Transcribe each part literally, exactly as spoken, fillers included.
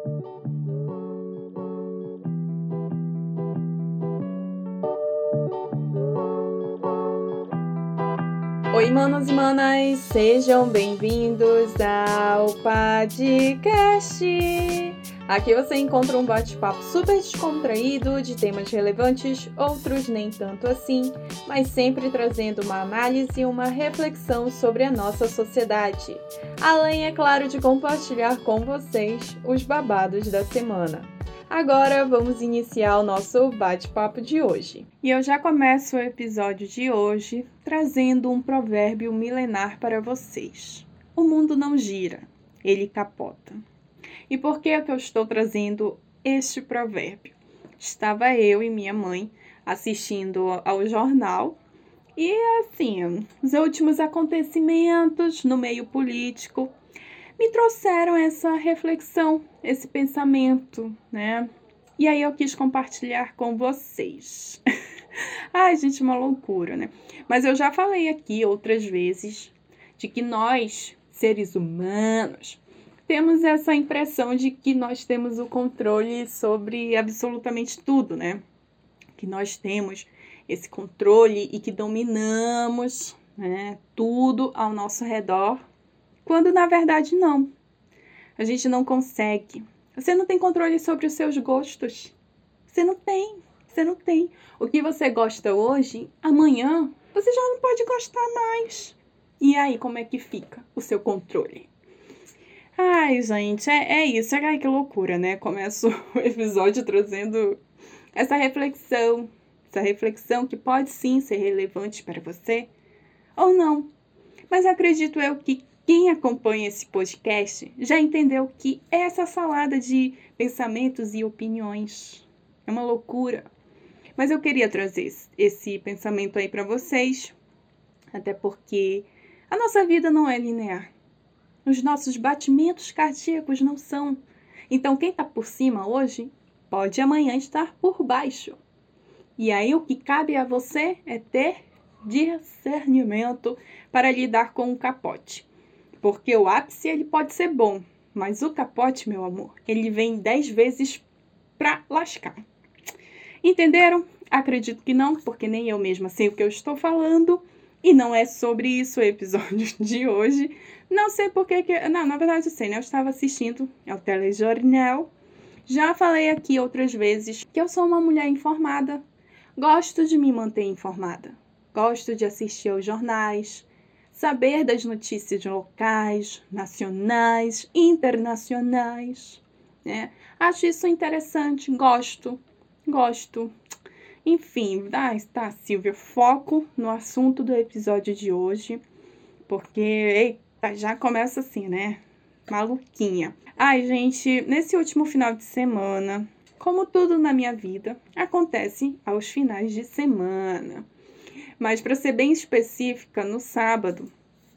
Oi, manos e manas, sejam bem-vindos ao podcast. Aqui você encontra um bate-papo super descontraído de temas relevantes, outros nem tanto assim, mas sempre trazendo uma análise e uma reflexão sobre a nossa sociedade. Além, é claro, de compartilhar com vocês os babados da semana. Agora vamos iniciar o nosso bate-papo de hoje. E eu já começo o episódio de hoje trazendo um provérbio milenar para vocês. O mundo não gira, ele capota. E por que é que eu estou trazendo este provérbio? Estava eu e minha mãe assistindo ao jornal e, assim, os últimos acontecimentos no meio político me trouxeram essa reflexão, esse pensamento, né? E aí eu quis compartilhar com vocês. Ai, gente, uma loucura, né? Mas eu já falei aqui outras vezes de que nós, seres humanos, temos essa impressão de que nós temos o controle sobre absolutamente tudo, né? Que nós temos esse controle e que dominamos, né, tudo ao nosso redor. Quando, na verdade, não. A gente não consegue. Você não tem controle sobre os seus gostos. Você não tem. Você não tem. O que você gosta hoje, amanhã, você já não pode gostar mais. E aí, como é que fica o seu controle? Ai, gente, é, é isso. Ai, que loucura, né? Começo o episódio trazendo essa reflexão. Essa reflexão que pode, sim, ser relevante para você ou não. Mas acredito eu que quem acompanha esse podcast já entendeu que essa salada de pensamentos e opiniões é uma loucura. Mas eu queria trazer esse pensamento aí para vocês, até porque a nossa vida não é linear. Os nossos batimentos cardíacos não são. Então, quem está por cima hoje pode amanhã estar por baixo. E aí o que cabe a você é ter discernimento para lidar com o capote. Porque o ápice, ele pode ser bom, mas o capote, meu amor, ele vem dez vezes pra lascar. Entenderam? Acredito que não, porque nem eu mesma sei o que eu estou falando. E não é sobre isso o episódio de hoje. Não sei porque que... Não, na verdade eu sei, né? Eu estava assistindo ao telejornal. Já falei aqui outras vezes que eu sou uma mulher informada. Gosto de me manter informada. Gosto de assistir aos jornais, saber das notícias locais, nacionais, internacionais, né? Acho isso interessante, gosto, gosto. Enfim, tá, tá, Silvia, foco no assunto do episódio de hoje, porque, eita, já começa assim, né? Maluquinha. Ai, gente, nesse último final de semana, como tudo na minha vida, acontece aos finais de semana. Mas, para ser bem específica, no sábado,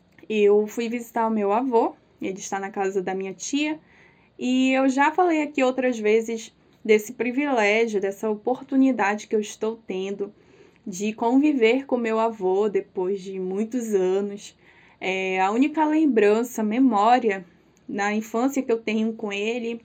eu fui visitar o meu avô, ele está na casa da minha tia, e eu já falei aqui outras vezes desse privilégio, dessa oportunidade que eu estou tendo de conviver com meu avô depois de muitos anos. É, a única lembrança, memória na infância que eu tenho com ele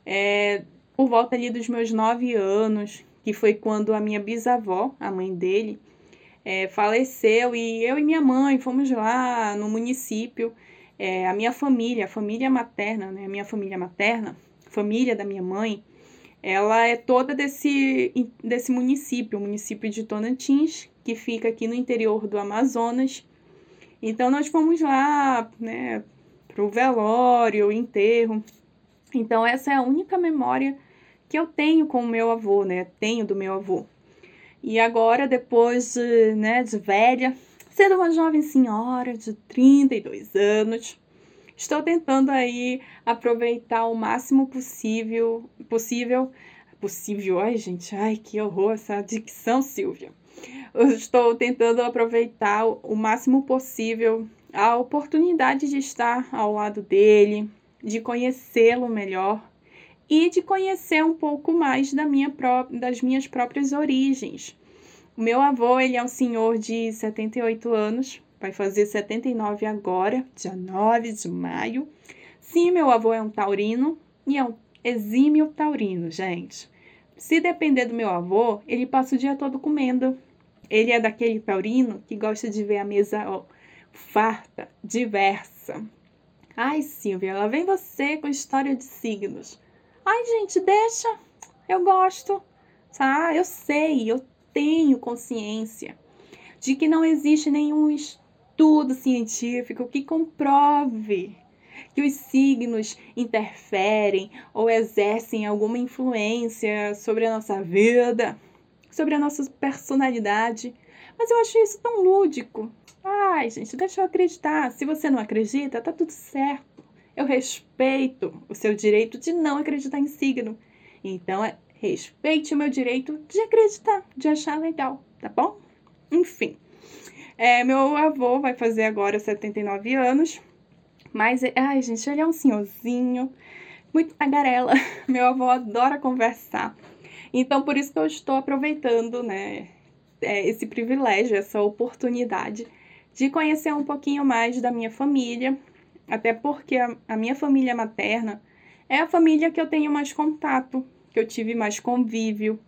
é por volta ali dos meus nove anos, que foi quando a minha bisavó, a mãe dele, É, faleceu e eu e minha mãe fomos lá no município, é, a minha família, a família materna, né, a minha família materna, família da minha mãe, ela é toda desse, desse município, o município de Tocantins, que fica aqui no interior do Amazonas. Então nós fomos lá, né, pro velório, enterro. Então essa é a única memória que eu tenho com o meu avô, né, tenho do meu avô. E agora, depois de, né, de velha, sendo uma jovem senhora de trinta e dois anos, estou tentando aí aproveitar o máximo possível, possível, possível, ai gente, ai que horror essa dicção, Silvia. Eu estou tentando aproveitar o máximo possível a oportunidade de estar ao lado dele, de conhecê-lo melhor, e de conhecer um pouco mais da minha pró- das minhas próprias origens. O meu avô, ele é um senhor de setenta e oito anos, vai fazer setenta e nove agora, dia nove de maio. Sim, meu avô é um taurino, e é um, exímio taurino, gente. Se depender do meu avô, ele passa o dia todo comendo. Ele é daquele taurino que gosta de ver a mesa, ó, farta, diversa. Ai, Silvia, lá vem você com história de signos. Ai, gente, deixa. Eu gosto. Tá? Eu sei, eu tenho consciência de que não existe nenhum estudo científico que comprove que os signos interferem ou exercem alguma influência sobre a nossa vida, sobre a nossa personalidade. Mas eu acho isso tão lúdico. Ai, gente, deixa eu acreditar. Se você não acredita, tá tudo certo. Eu respeito o seu direito de não acreditar em signo. Então, é, respeite o meu direito de acreditar, de achar legal, tá bom? Enfim, é, meu avô vai fazer agora setenta e nove anos. Mas, ai, gente, ele é um senhorzinho, muito tagarela. Meu avô adora conversar. Então, por isso que eu estou aproveitando, né, esse privilégio, essa oportunidade de conhecer um pouquinho mais da minha família. Até porque a, a minha família materna é a família que eu tenho mais contato, que eu tive mais convívio.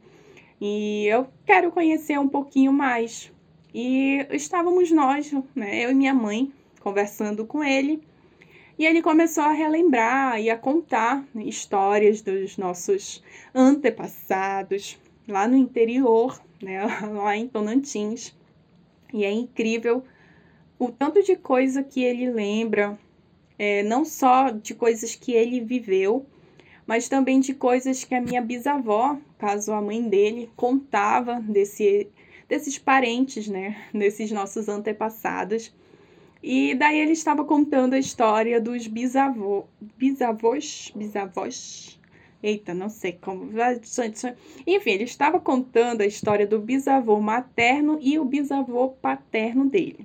E eu quero conhecer um pouquinho mais. E estávamos nós, né, eu e minha mãe, conversando com ele. E ele começou a relembrar e a contar histórias dos nossos antepassados lá no interior, né, lá em Tocantins. E é incrível o tanto de coisa que ele lembra, é, não só de coisas que ele viveu, mas também de coisas que a minha bisavó, caso a mãe dele, contava desse, desses parentes, né, desses nossos antepassados. E daí ele estava contando a história dos bisavô, bisavós, bisavós, eita, não sei como, enfim, ele estava contando a história do bisavô materno e o bisavô paterno dele.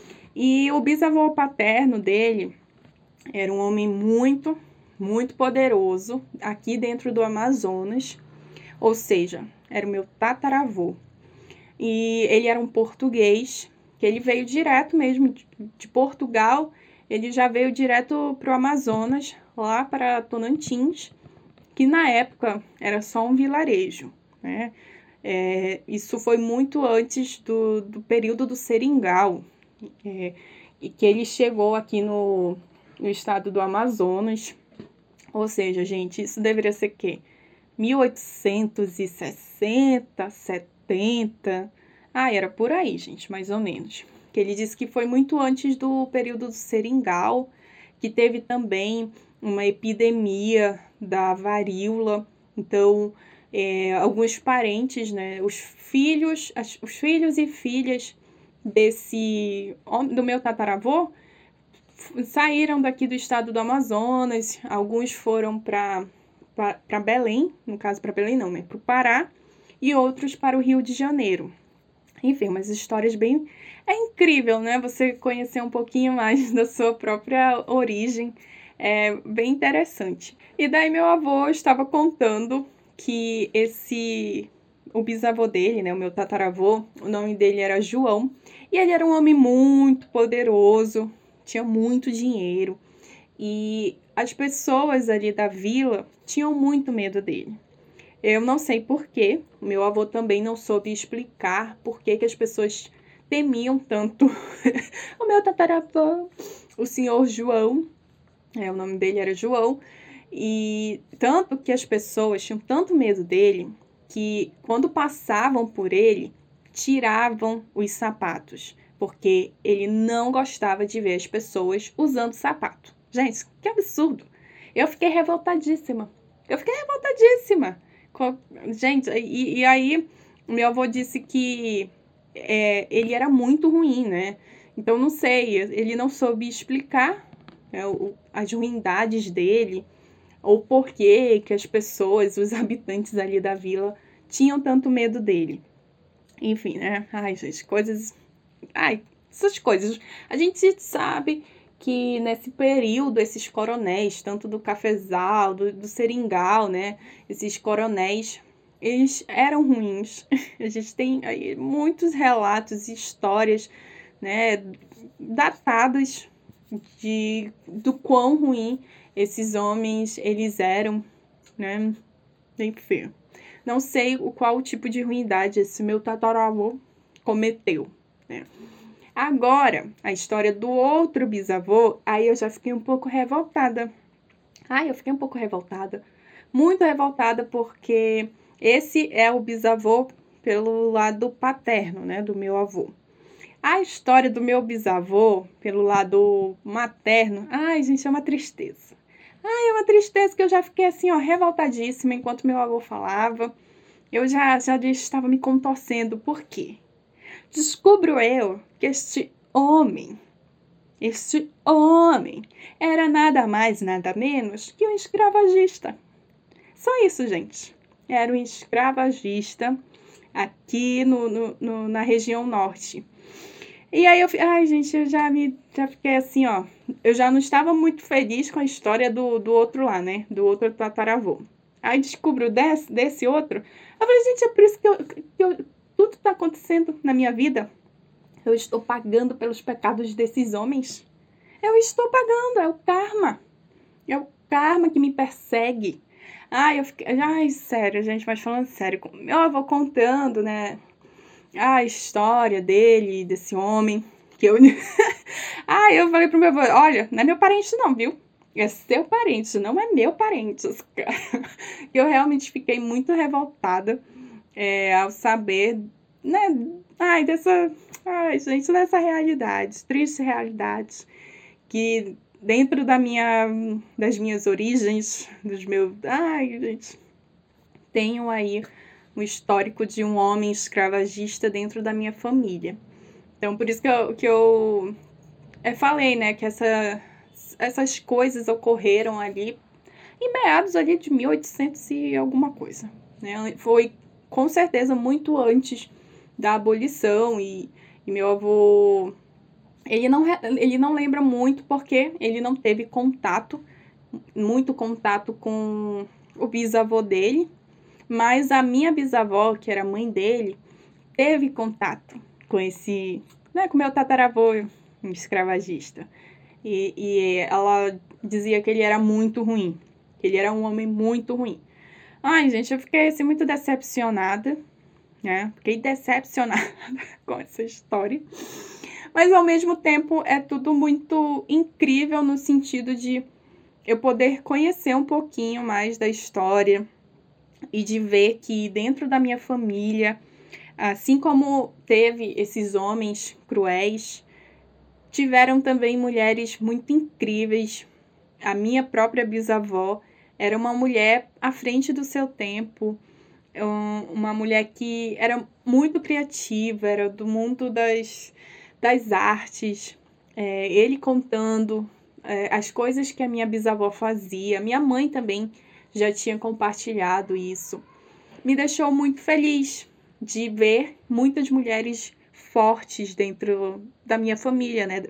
E o bisavô paterno dele era um homem muito, muito poderoso aqui dentro do Amazonas, ou seja, era o meu tataravô. E ele era um português, que ele veio direto mesmo de, de Portugal, ele já veio direto para o Amazonas, lá para Tocantins, que na época era só um vilarejo, né? É, isso foi muito antes do, do período do Seringal, é, e que ele chegou aqui no, no estado do Amazonas, ou seja, gente, isso deveria ser o quê? mil oitocentos e sessenta, setenta... Ah, era por aí, gente, mais ou menos. Que ele disse que foi muito antes do período do Seringal, que teve também uma epidemia da varíola. Então, é, alguns parentes, né, os filhos, as, os filhos e filhas desse do meu tataravô saíram daqui do estado do Amazonas. Alguns foram para para Belém, no caso para Belém não, né, para o Pará, e outros para o Rio de Janeiro. Enfim, umas histórias bem... É incrível, né? Você conhecer um pouquinho mais da sua própria origem. É bem interessante. E daí meu avô estava contando que esse... O bisavô dele, né? O meu tataravô, o nome dele era João. E ele era um homem muito poderoso, tinha muito dinheiro. E as pessoas ali da vila tinham muito medo dele. Eu não sei porquê, meu avô também não soube explicar por que as pessoas temiam tanto o meu tataravô, o senhor João, é, o nome dele era João, e tanto que as pessoas tinham tanto medo dele que quando passavam por ele, tiravam os sapatos, porque ele não gostava de ver as pessoas usando sapato. Gente, que absurdo! Eu fiquei revoltadíssima, eu fiquei revoltadíssima. Gente, e, e aí meu avô disse que é, ele era muito ruim, né? Então, não sei, ele não soube explicar, né, o, as ruindades dele, ou por que que as pessoas, os habitantes ali da vila, tinham tanto medo dele. Enfim, né? Ai, gente, coisas... Ai, essas coisas. A gente sabe que nesse período, esses coronéis, tanto do Cafezal, do, do Seringal, né? Esses coronéis, eles eram ruins. A gente tem aí muitos relatos e histórias, né? Datadas de, do quão ruim esses homens, eles eram. né? Enfim, não sei o qual tipo de ruindade esse meu tataravô cometeu, né? Agora, a história do outro bisavô, aí eu já fiquei um pouco revoltada. Ai, eu fiquei um pouco revoltada. Muito revoltada porque esse é o bisavô pelo lado paterno, né, do meu avô. A história do meu bisavô pelo lado materno, ai, gente, é uma tristeza. Ai, é uma tristeza que eu já fiquei assim, ó, revoltadíssima enquanto meu avô falava. Eu já, já estava me contorcendo. Por quê? Descubro eu que este homem, este homem, era nada mais, nada menos que um escravagista. Só isso, gente. Era um escravagista aqui no, no, no, na região norte. E aí eu, ai, gente, eu já me já fiquei assim, ó. Eu já não estava muito feliz com a história do, do outro lá, né? Do outro tataravô. Aí descubro desse, desse outro. Eu falei, gente, é por isso que, eu, que eu, tudo está acontecendo na minha vida. Eu estou pagando pelos pecados desses homens. Eu estou pagando, é o karma. É o karma que me persegue. Ai, eu fiquei. Ai, sério, gente, mas falando sério, meu avô contando, né? A história dele, desse homem. Que eu. Ai, eu falei pro meu avô: olha, não é meu parente, não, viu? É seu parente, não é meu parente. Eu realmente fiquei muito revoltada é, ao saber, né? Ai, dessa. Ai, gente, dessa realidade, triste realidade. Que dentro da minha, das minhas origens, dos meus... Ai, gente, tenho aí um histórico de um homem escravagista dentro da minha família. Então, por isso que eu, que eu é, falei, né, que essa, essas coisas ocorreram ali em meados ali de mil e oitocentos e alguma coisa, né? Foi, com certeza, muito antes da abolição e, e meu avô... Ele não, ele não lembra muito porque ele não teve contato, muito contato com o bisavô dele, mas a minha bisavó, que era mãe dele, teve contato com esse, né, com o meu tataravô escravagista. E, e ela dizia que ele era muito ruim, que ele era um homem muito ruim. Ai, gente, eu fiquei assim, muito decepcionada, né? Fiquei decepcionada com essa história. Mas, ao mesmo tempo, é tudo muito incrível no sentido de eu poder conhecer um pouquinho mais da história e de ver que dentro da minha família, assim como teve esses homens cruéis, tiveram também mulheres muito incríveis. A minha própria bisavó era uma mulher à frente do seu tempo, uma mulher que era muito criativa, era do mundo das... das artes, é, ele contando é, as coisas que a minha bisavó fazia. Minha mãe também já tinha compartilhado isso. Me deixou muito feliz de ver muitas mulheres fortes dentro da minha família, né?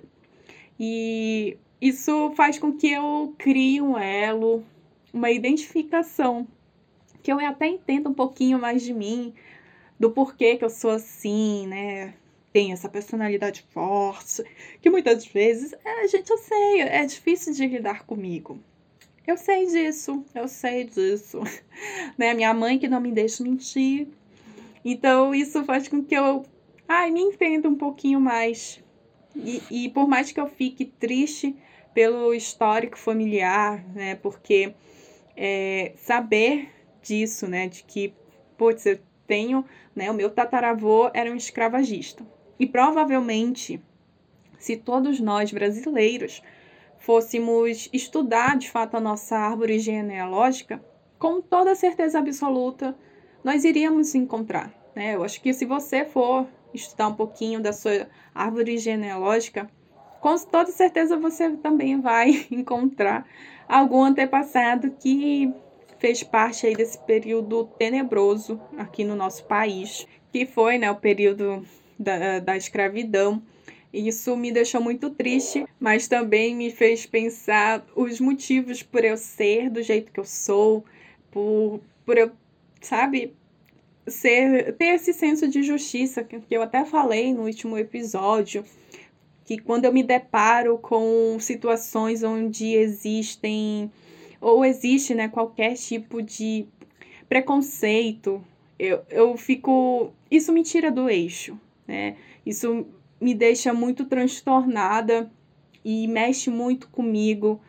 E isso faz com que eu crie um elo, uma identificação, que eu até entenda um pouquinho mais de mim, do porquê que eu sou assim, né? Tem essa personalidade forte, que muitas vezes, é, gente, eu sei, é difícil de lidar comigo. Eu sei disso, eu sei disso. Né? Minha mãe que não me deixa mentir. Então, isso faz com que eu ai, me entenda um pouquinho mais. E, e por mais que eu fique triste pelo histórico familiar, né? Porque é, saber disso, né? De que, putz, eu tenho, né? O meu tataravô era um escravagista. E provavelmente, se todos nós brasileiros fôssemos estudar de fato a nossa árvore genealógica, com toda certeza absoluta, nós iríamos encontrar, né? Eu acho que se você for estudar um pouquinho da sua árvore genealógica, com toda certeza você também vai encontrar algum antepassado que fez parte aí desse período tenebroso aqui no nosso país, que foi, né, o período da, da escravidão. Isso me deixou muito triste, mas também me fez pensar os motivos por eu ser do jeito que eu sou, por, por eu, sabe, ser, ter esse senso de justiça, que eu até falei no último episódio, que quando eu me deparo com situações onde existem ou existe, né, qualquer tipo de preconceito, eu, eu fico... Isso me tira do eixo, né? Isso me deixa muito transtornada e mexe muito comigo.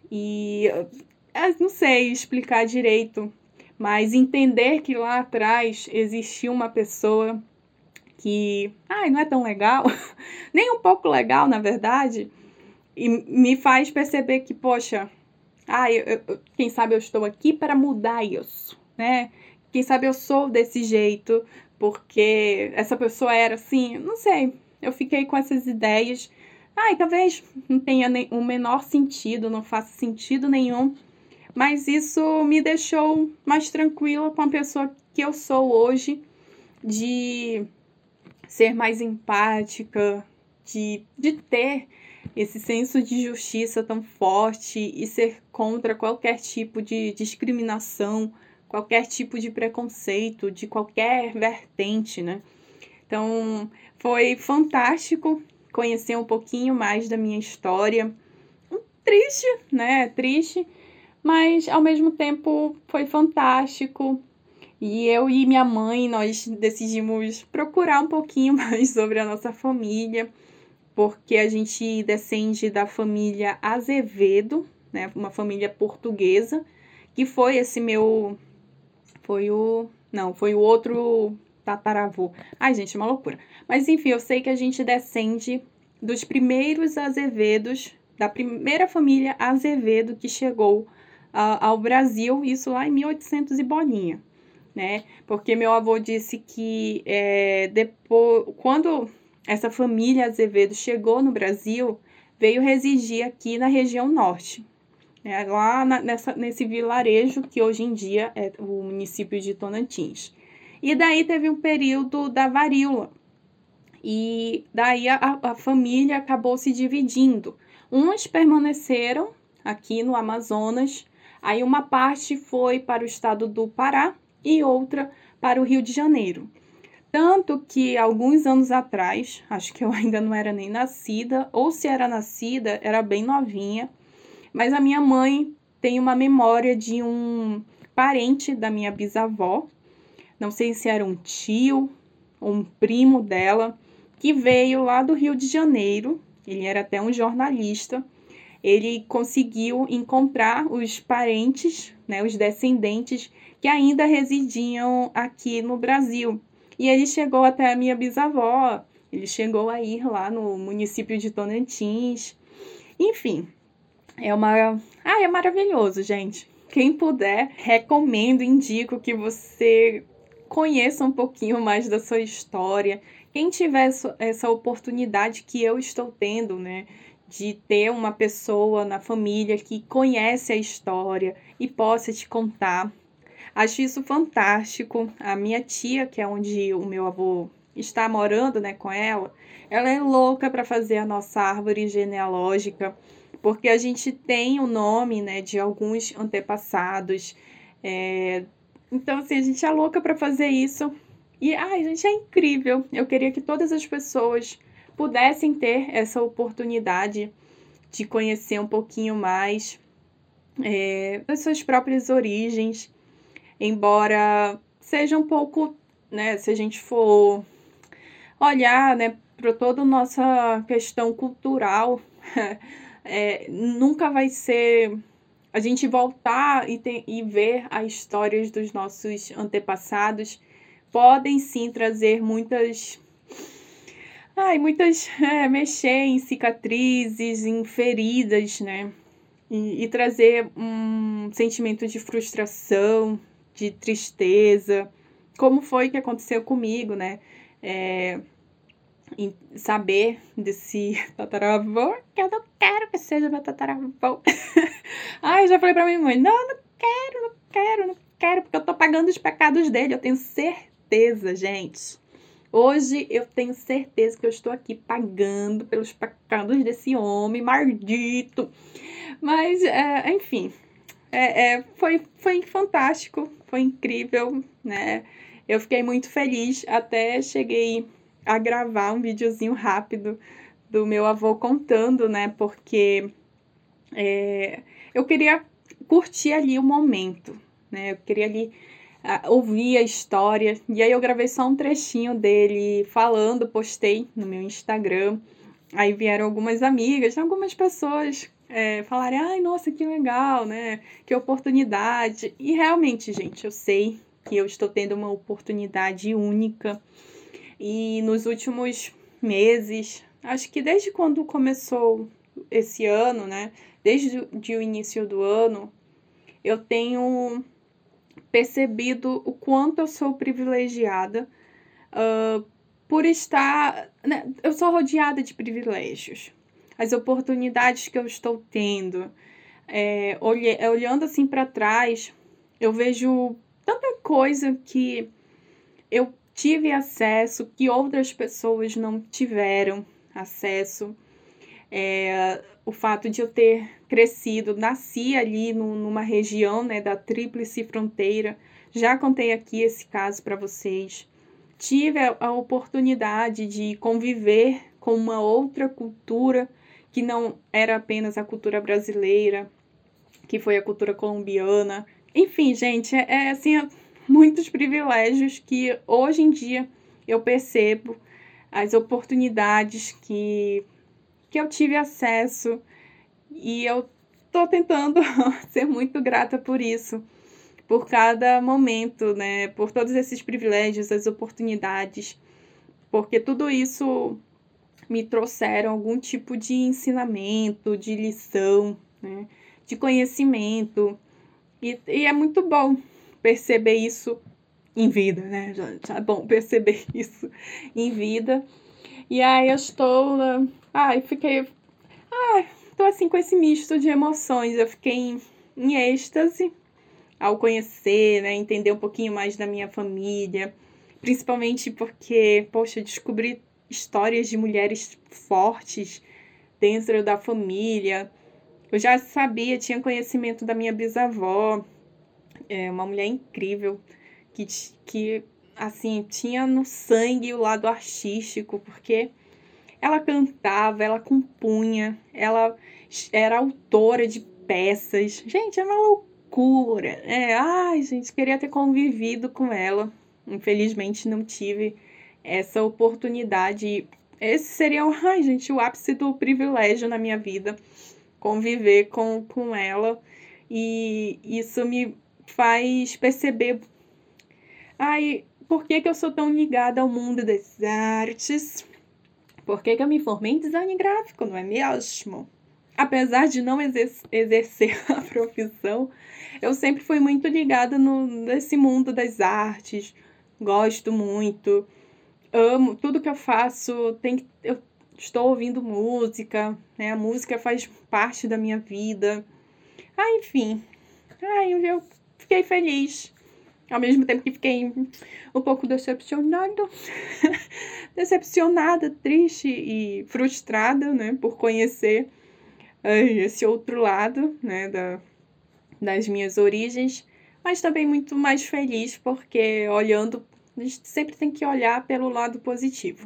E eu não sei explicar direito, mas entender que lá atrás existia uma pessoa que, ai, não é tão legal, nem um pouco legal, na verdade, e me faz perceber que, poxa, ai, eu, eu, quem sabe eu estou aqui para mudar isso, né? Quem sabe eu sou desse jeito, porque essa pessoa era assim, não sei, eu fiquei com essas ideias. Ai, talvez não tenha nem, o menor sentido, não faça sentido nenhum, mas isso me deixou mais tranquila com a pessoa que eu sou hoje, de ser mais empática, de, de ter esse senso de justiça tão forte e ser contra qualquer tipo de discriminação, qualquer tipo de preconceito, de qualquer vertente, né? Então, foi fantástico conhecer um pouquinho mais da minha história. Triste, né? Triste, mas ao mesmo tempo foi fantástico. E eu e minha mãe, nós decidimos procurar um pouquinho mais sobre a nossa família, porque a gente descende da família Azevedo, né? Uma família portuguesa, que foi esse meu... Foi o... Não, foi o outro tataravô. Ai, gente, é uma loucura. Mas, enfim, eu sei que a gente descende dos primeiros Azevedos, da primeira família Azevedo que chegou uh, ao Brasil, isso lá em mil e oitocentos e bolinha, né? Porque meu avô disse que é, depois, quando essa família Azevedo chegou no Brasil, veio residir aqui na região norte, né? Lá na, nessa, nesse vilarejo que hoje em dia é o município de Tocantins. E daí teve um período da varíola, e daí a, a família acabou se dividindo. Uns permaneceram aqui no Amazonas, aí uma parte foi para o estado do Pará e outra para o Rio de Janeiro. Tanto que alguns anos atrás, acho que eu ainda não era nem nascida, ou se era nascida, era bem novinha, mas a minha mãe tem uma memória de um parente da minha bisavó, não sei se era um tio ou um primo dela, que veio lá do Rio de Janeiro, ele era até um jornalista, ele conseguiu encontrar os parentes, né, os descendentes que ainda residiam aqui no Brasil. E ele chegou até a minha bisavó, ele chegou a ir lá no município de Tocantins. Enfim, é uma... Ah, é maravilhoso, gente. Quem puder, recomendo, indico que você conheça um pouquinho mais da sua história. Quem tiver essa oportunidade que eu estou tendo, né, de ter uma pessoa na família que conhece a história e possa te contar, acho isso fantástico. A minha tia, que é onde o meu avô está morando, né, com ela, ela é louca para fazer a nossa árvore genealógica, porque a gente tem o nome, né, de alguns antepassados. É... Então, assim, a gente é louca para fazer isso. E, ai, gente, é incrível. Eu queria que todas as pessoas pudessem ter essa oportunidade de conhecer um pouquinho mais é, das suas próprias origens, embora seja um pouco, né, se a gente for olhar, né, para toda a nossa questão cultural, é, nunca vai ser a gente voltar e, ter, e ver as histórias dos nossos antepassados, podem sim trazer muitas, ai, muitas, é, mexer em cicatrizes, em feridas, né, e, e trazer um sentimento de frustração, de tristeza, como foi que aconteceu comigo, né, é, em saber desse tataravô, que eu não quero que seja meu tataravô. Ai, já falei pra minha mãe, não, não quero, não quero, não quero, porque eu tô pagando os pecados dele, eu tenho certeza, gente. Hoje eu tenho certeza que eu estou aqui pagando pelos pecados desse homem maldito. Mas, é, enfim, é, é, foi, foi fantástico, foi incrível, né? Eu fiquei muito feliz, até cheguei a gravar um videozinho rápido do meu avô contando, né? Porque é, eu queria curtir ali o momento, né? Eu queria ali uh, ouvir a história. E aí eu gravei só um trechinho dele falando, postei no meu Instagram. Aí vieram algumas amigas, algumas pessoas é, falarem, ai, nossa, que legal, né? Que oportunidade. E realmente, gente, eu sei que eu estou tendo uma oportunidade única. E nos últimos meses, acho que desde quando começou esse ano, né? Desde o início do ano, eu tenho percebido o quanto eu sou privilegiada uh, por estar... Né? Eu sou rodeada de privilégios. As oportunidades que eu estou tendo. É, olhe, olhando assim para trás, eu vejo tanta coisa que eu tive acesso, que outras pessoas não tiveram acesso. É, o fato de eu ter crescido, nasci ali no, numa região, né, da Tríplice Fronteira. Já contei aqui esse caso para vocês. Tive a, a oportunidade de conviver com uma outra cultura que não era apenas a cultura brasileira, que foi a cultura colombiana. Enfim, gente, é, é assim, é muitos privilégios que hoje em dia eu percebo, as oportunidades que, que eu tive acesso, e eu tô tentando ser muito grata por isso, por cada momento, né? Por todos esses privilégios, as oportunidades, porque tudo isso me trouxeram algum tipo de ensinamento, de lição, né? De conhecimento, e, e é muito bom perceber isso em vida, né? Já, já é bom perceber isso em vida. E aí eu estou, ai, fiquei, ai, tô assim com esse misto de emoções. Eu fiquei em, em êxtase ao conhecer, né, entender um pouquinho mais da minha família, principalmente porque, poxa, descobri histórias de mulheres fortes dentro da família. Eu já sabia, tinha conhecimento da minha bisavó, é uma mulher incrível, que, que assim, tinha no sangue o lado artístico, porque ela cantava, ela compunha, ela era autora de peças. Gente, é uma loucura. É, ai, gente, queria ter convivido com ela. Infelizmente não tive essa oportunidade. Esse seria, ai, gente, o ápice do privilégio na minha vida, conviver com, com ela. E isso me faz perceber, ai, por que que eu sou tão ligada ao mundo das artes? Por que que eu me formei em design gráfico, não é mesmo? Apesar de não exer- exercer a profissão, eu sempre fui muito ligada no, nesse mundo das artes. Gosto muito, amo tudo que eu faço. Tem, eu estou ouvindo música, né? A música faz parte da minha vida. Ah, enfim, ah, eu, eu fiquei feliz. Ao mesmo tempo que fiquei um pouco decepcionada, decepcionada, triste e frustrada, né, por conhecer ai, esse outro lado, né, da, das minhas origens, mas também muito mais feliz porque olhando, a gente sempre tem que olhar pelo lado positivo.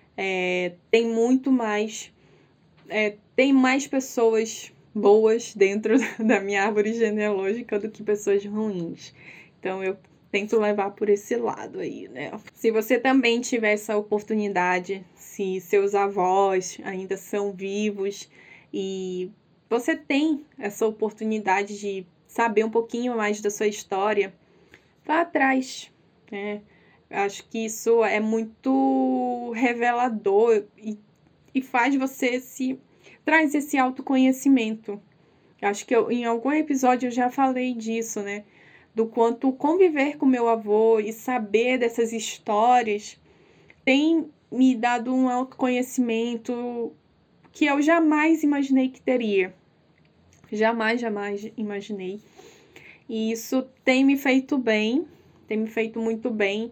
É, tem muito mais, é, tem mais pessoas boas dentro da minha árvore genealógica do que pessoas ruins. Então eu tento levar por esse lado aí, né? Se você também tiver essa oportunidade, se seus avós ainda são vivos e você tem essa oportunidade de saber um pouquinho mais da sua história, vá atrás, né? Acho que isso é muito revelador e, e faz você se... traz esse autoconhecimento. Acho que eu, em algum episódio eu já falei disso, né? Do quanto conviver com meu avô e saber dessas histórias tem me dado um autoconhecimento que eu jamais imaginei que teria. Jamais, jamais imaginei. E isso tem me feito bem, tem me feito muito bem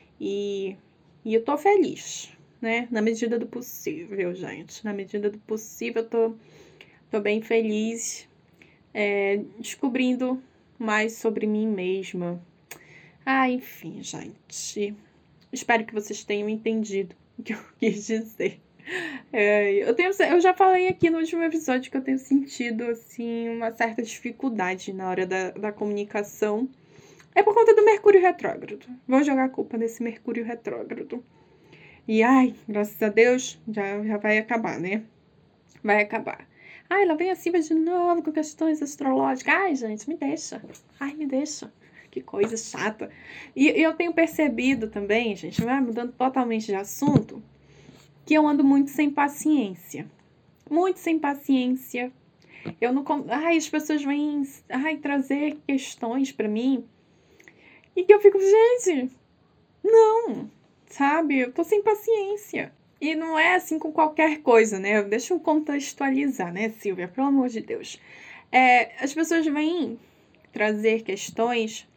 e, e eu tô feliz, né? Na medida do possível, gente. Na medida do possível, eu tô, tô bem feliz, é, descobrindo mais sobre mim mesma. Ah, enfim, gente. Espero que vocês tenham entendido o que eu quis dizer. É, eu, tenho, eu já falei aqui no último episódio que eu tenho sentido, assim, uma certa dificuldade na hora da, da comunicação. É por conta do Mercúrio retrógrado. Vou jogar a culpa nesse Mercúrio retrógrado. E, ai, graças a Deus, já, já vai acabar, né? Vai acabar. Ai, ela vem acima de novo com questões astrológicas. Ai, gente, me deixa. Ai, me deixa. Que coisa chata. E eu tenho percebido também, gente, vai mudando totalmente de assunto, que eu ando muito sem paciência. Muito sem paciência. Eu não... Ai, as pessoas vêm ai, trazer questões pra mim e que eu fico, gente, não, sabe? Eu tô sem paciência. E não é assim com qualquer coisa, né? Deixa eu contextualizar, né, Silvia? Pelo amor de Deus. É, as pessoas vêm trazer questões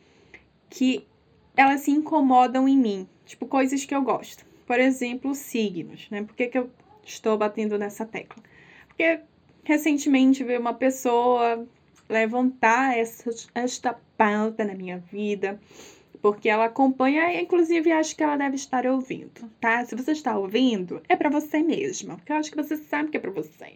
que elas se incomodam em mim. Tipo, coisas que eu gosto. Por exemplo, signos, né? Por que que eu estou batendo nessa tecla? Porque recentemente veio uma pessoa levantar essa, esta pauta na minha vida, porque ela acompanha e, inclusive, acho que ela deve estar ouvindo, tá? Se você está ouvindo, é pra você mesma, porque eu acho que você sabe que é pra você.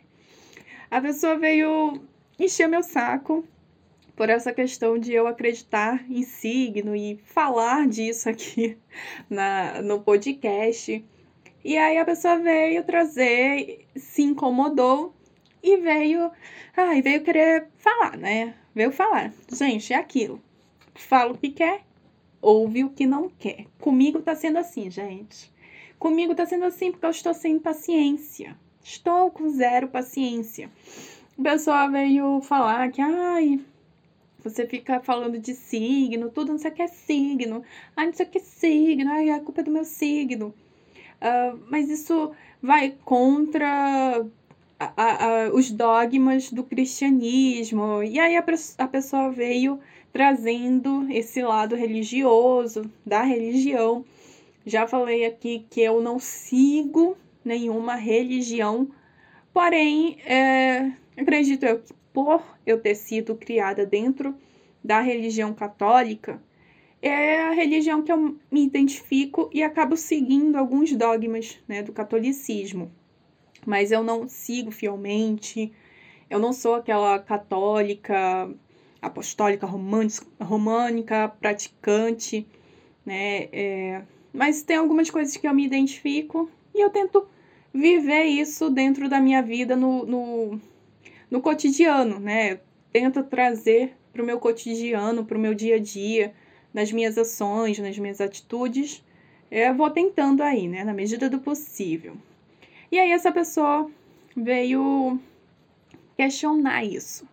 A pessoa veio encher meu saco por essa questão de eu acreditar em signo e falar disso aqui na, no podcast. E aí a pessoa veio trazer, se incomodou e veio, ah, e veio querer falar, né? Veio falar. Gente, é aquilo. Fala o que quer, ouve o que não quer. Comigo tá sendo assim, gente. Comigo tá sendo assim porque eu estou sem paciência. Estou com zero paciência. A pessoa veio falar que, ai, você fica falando de signo, tudo não sei o que é signo. Ai, não sei o que é signo. Ai, a culpa é do meu signo. Uh, mas isso vai contra a, a, a, os dogmas do cristianismo. E aí a, a pessoa veio trazendo esse lado religioso, da religião. Já falei aqui que eu não sigo nenhuma religião, porém, é, acredito eu que por eu ter sido criada dentro da religião católica, é a religião que eu me identifico e acabo seguindo alguns dogmas, né, do catolicismo. Mas eu não sigo fielmente, eu não sou aquela católica apostólica, românica, praticante, né? É, mas tem algumas coisas que eu me identifico e eu tento viver isso dentro da minha vida no, no, no cotidiano, né? Eu tento trazer para o meu cotidiano, para o meu dia a dia, nas minhas ações, nas minhas atitudes, eu vou tentando aí, né? Na medida do possível. E aí essa pessoa veio questionar isso.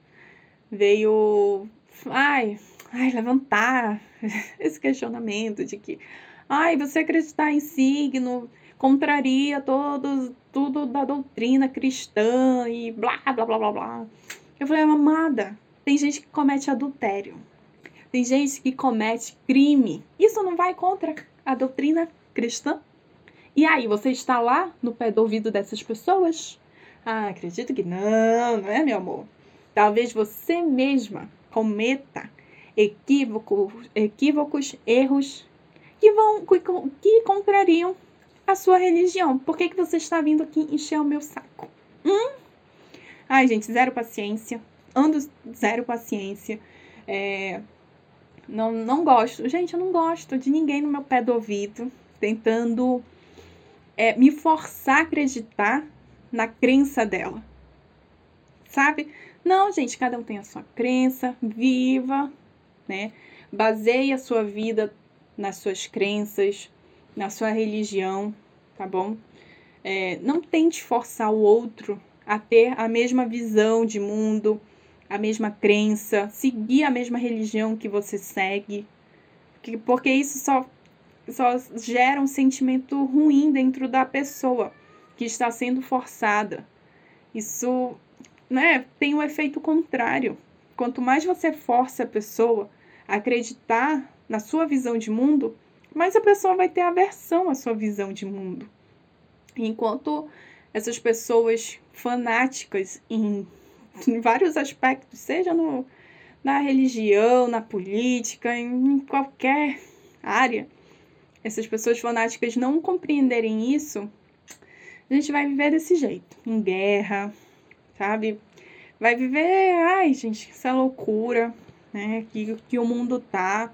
Veio, ai, ai, levantar esse questionamento de que, ai, você acreditar em signo contraria todo, tudo da doutrina cristã e blá, blá, blá, blá, blá. Eu falei, amada, tem gente que comete adultério. Tem gente que comete crime. Isso não vai contra a doutrina cristã? E aí, você está lá no pé do ouvido dessas pessoas? Ah, acredito que não, não é, meu amor? Talvez você mesma cometa equívocos, equívocos erros que, vão, que contrariam a sua religião. Por que, que você está vindo aqui encher o meu saco? Hum? Ai, gente, zero paciência. Ando zero paciência. É, não, não gosto. Gente, eu não gosto de ninguém no meu pé do ouvido tentando é, me forçar a acreditar na crença dela. Sabe? Não, gente, cada um tem a sua crença, viva, né? Baseie a sua vida nas suas crenças, na sua religião, tá bom? É, não tente forçar o outro a ter a mesma visão de mundo, a mesma crença, seguir a mesma religião que você segue, porque isso só, só gera um sentimento ruim dentro da pessoa que está sendo forçada. Isso, né, tem um efeito contrário. Quanto mais você força a pessoa a acreditar na sua visão de mundo, mais a pessoa vai ter aversão à sua visão de mundo. Enquanto essas pessoas fanáticas em, em vários aspectos, seja no, na religião, na política, em, em qualquer área, essas pessoas fanáticas não compreenderem isso, a gente vai viver desse jeito, em guerra, sabe? Vai viver, ai, gente, essa loucura, né, que, que o mundo tá.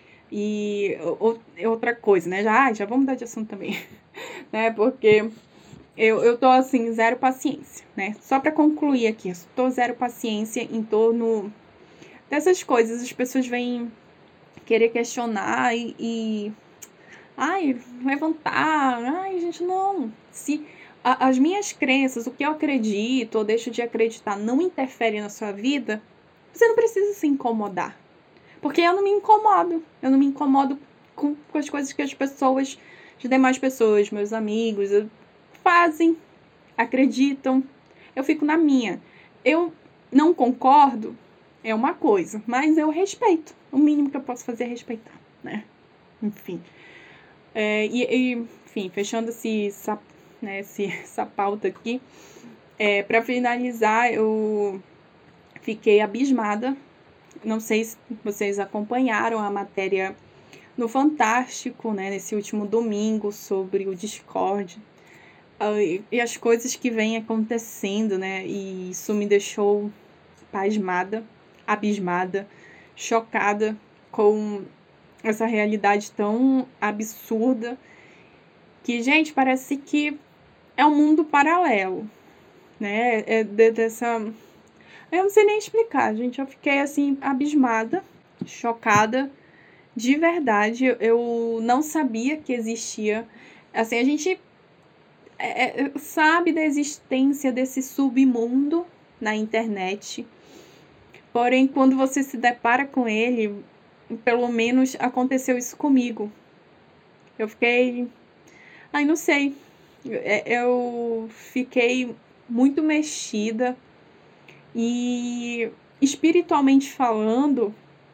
E o, outra coisa, né, já, já vamos mudar de assunto também, né, porque eu, eu tô, assim, zero paciência, né, só pra concluir aqui, eu tô zero paciência em torno dessas coisas, as pessoas vêm querer questionar e, e ai, levantar, ai, gente, não, se a, as minhas crenças, o que eu acredito ou deixo de acreditar não interfere na sua vida, você não precisa se incomodar, porque eu não me incomodo, eu não me incomodo com, com as coisas que as pessoas, as demais pessoas, meus amigos, fazem, acreditam, eu fico na minha, eu não concordo, é uma coisa, mas eu respeito, o mínimo que eu posso fazer é respeitar, né, enfim. É, e, e, enfim, fechando esse, essa, né, esse, essa pauta aqui, é, para finalizar, eu fiquei abismada. Não sei se vocês acompanharam a matéria no Fantástico, né, nesse último domingo, sobre o Discord. Uh, e, e as coisas que vêm acontecendo, né, e isso me deixou pasmada, abismada, chocada com essa realidade tão absurda que, gente, parece que é um mundo paralelo, né? É de, dessa... Eu não sei nem explicar, gente. Eu fiquei, assim, abismada, chocada. De verdade, eu não sabia que existia... Assim, a gente é, é, sabe da existência desse submundo na internet. Porém, quando você se depara com ele, pelo menos aconteceu isso comigo. Eu fiquei... Ai, não sei. Eu fiquei muito mexida e, espiritualmente falando,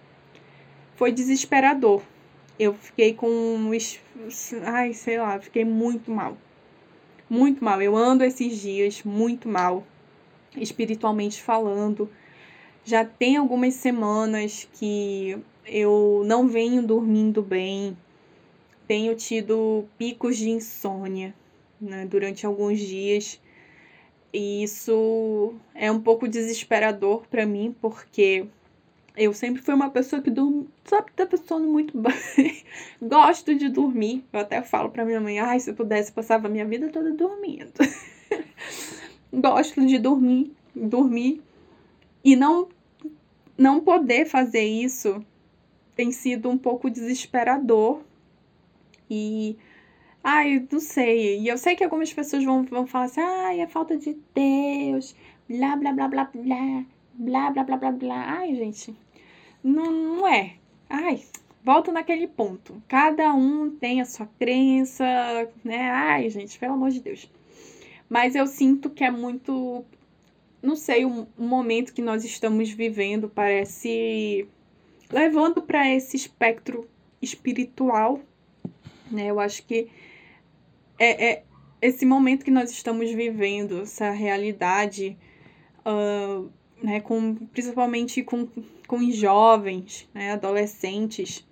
foi desesperador. Eu fiquei com... Ai, sei lá, fiquei muito mal. Muito mal. Eu ando esses dias muito mal, espiritualmente falando. Já tem algumas semanas que eu não venho dormindo bem. Tenho tido picos de insônia, né, durante alguns dias. E isso é um pouco desesperador para mim, porque eu sempre fui uma pessoa que dorme, sabe, tá sono muito bem. Gosto de dormir. Eu até falo para minha mãe, ai, se eu pudesse, passava a minha vida toda dormindo. Gosto de dormir, dormir. E não, não poder fazer isso tem sido um pouco desesperador. E, ai, não sei. E eu sei que algumas pessoas vão, vão falar assim, ai, é falta de Deus, blá, blá, blá, blá, blá, blá, blá, blá, blá, blá. Ai, gente, não, não é. Ai, volta naquele ponto. Cada um tem a sua crença, né? Ai, gente, pelo amor de Deus. Mas eu sinto que é muito, não sei, o, o momento que nós estamos vivendo parece levando para esse espectro espiritual, né? Eu acho que é, é esse momento que nós estamos vivendo, essa realidade, uh, né, com, principalmente com, com os jovens, né, adolescentes.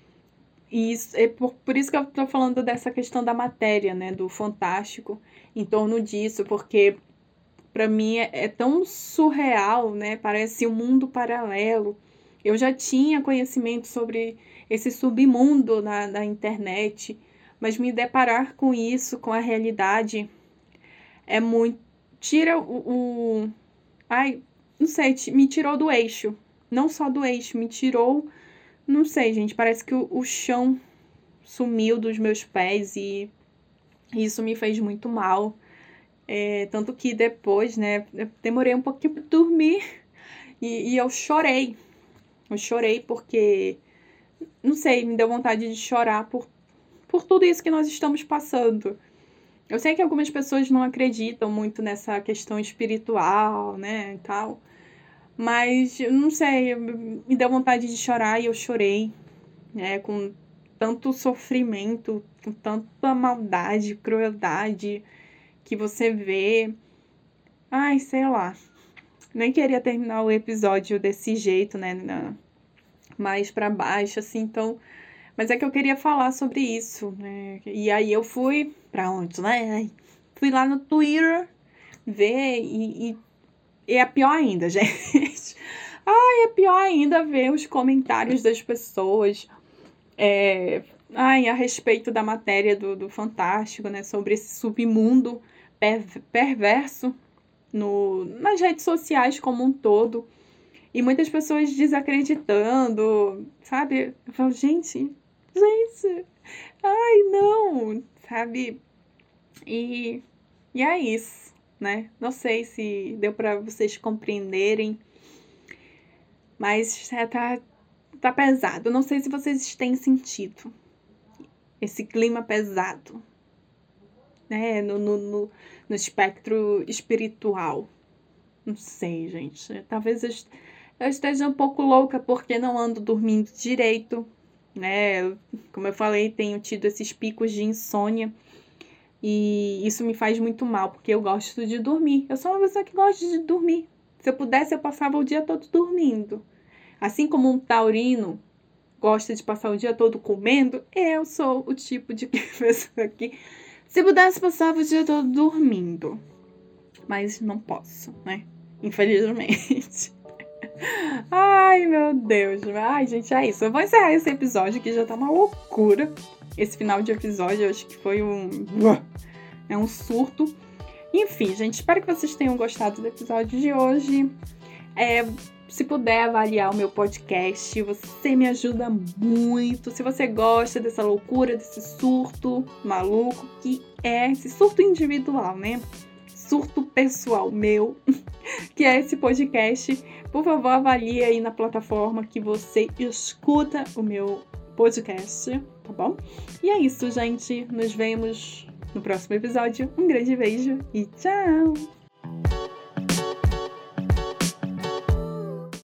E isso, é por, por isso que eu estou falando dessa questão da matéria, né, do Fantástico, em torno disso, porque para mim é, é tão surreal, né, parece um mundo paralelo. Eu já tinha conhecimento sobre esse submundo na, na internet, mas me deparar com isso, com a realidade, é muito... Tira o... o ai, não sei, me tirou do eixo. Não só do eixo, me tirou... Não sei, gente, parece que o, o chão sumiu dos meus pés e isso me fez muito mal. É, tanto que depois, né, eu demorei um pouquinho para dormir e, e eu chorei. Eu chorei porque, não sei, me deu vontade de chorar por, por tudo isso que nós estamos passando. Eu sei que algumas pessoas não acreditam muito nessa questão espiritual, né, e tal. Mas, não sei, me deu vontade de chorar e eu chorei, né, com tanto sofrimento, com tanta maldade, crueldade que você vê. Ai, sei lá. Nem queria terminar o episódio desse jeito, né, na, mais pra baixo, assim, então... Mas é que eu queria falar sobre isso, né, e aí eu fui pra onde, né, fui lá no Twitter ver e, e, e é pior ainda, gente. Ai, é pior ainda ver os comentários das pessoas é, ai, a respeito da matéria do, do Fantástico, né? Sobre esse submundo per, perverso no, nas redes sociais como um todo. E muitas pessoas desacreditando, sabe? Eu falo, gente, gente, ai, não, sabe? E, e é isso, né? Não sei se deu para vocês compreenderem, mas é, tá, tá pesado. Não sei se vocês têm sentido esse clima pesado, né? No, no, no, no espectro espiritual. Não sei, gente. Talvez eu, eu esteja um pouco louca porque não ando dormindo direito, né? Como eu falei, tenho tido esses picos de insônia. E isso me faz muito mal, porque eu gosto de dormir. Eu sou uma pessoa que gosta de dormir. Se eu pudesse, eu passava o dia todo dormindo. Assim como um taurino gosta de passar o dia todo comendo, eu sou o tipo de pessoa que, se pudesse, passava o dia todo dormindo. Mas não posso, né? Infelizmente. Ai, meu Deus. Ai, gente, é isso. Eu vou encerrar esse episódio que já tá uma loucura. Esse final de episódio, eu acho que foi um... É um surto. Enfim, gente, espero que vocês tenham gostado do episódio de hoje. É, se puder avaliar o meu podcast, você me ajuda muito. Se você gosta dessa loucura, desse surto maluco, que é esse surto individual, né? Surto pessoal meu, que é esse podcast. Por favor, avalie aí na plataforma que você escuta o meu podcast, tá bom? E é isso, gente. Nos vemos no próximo episódio. Um grande beijo e tchau!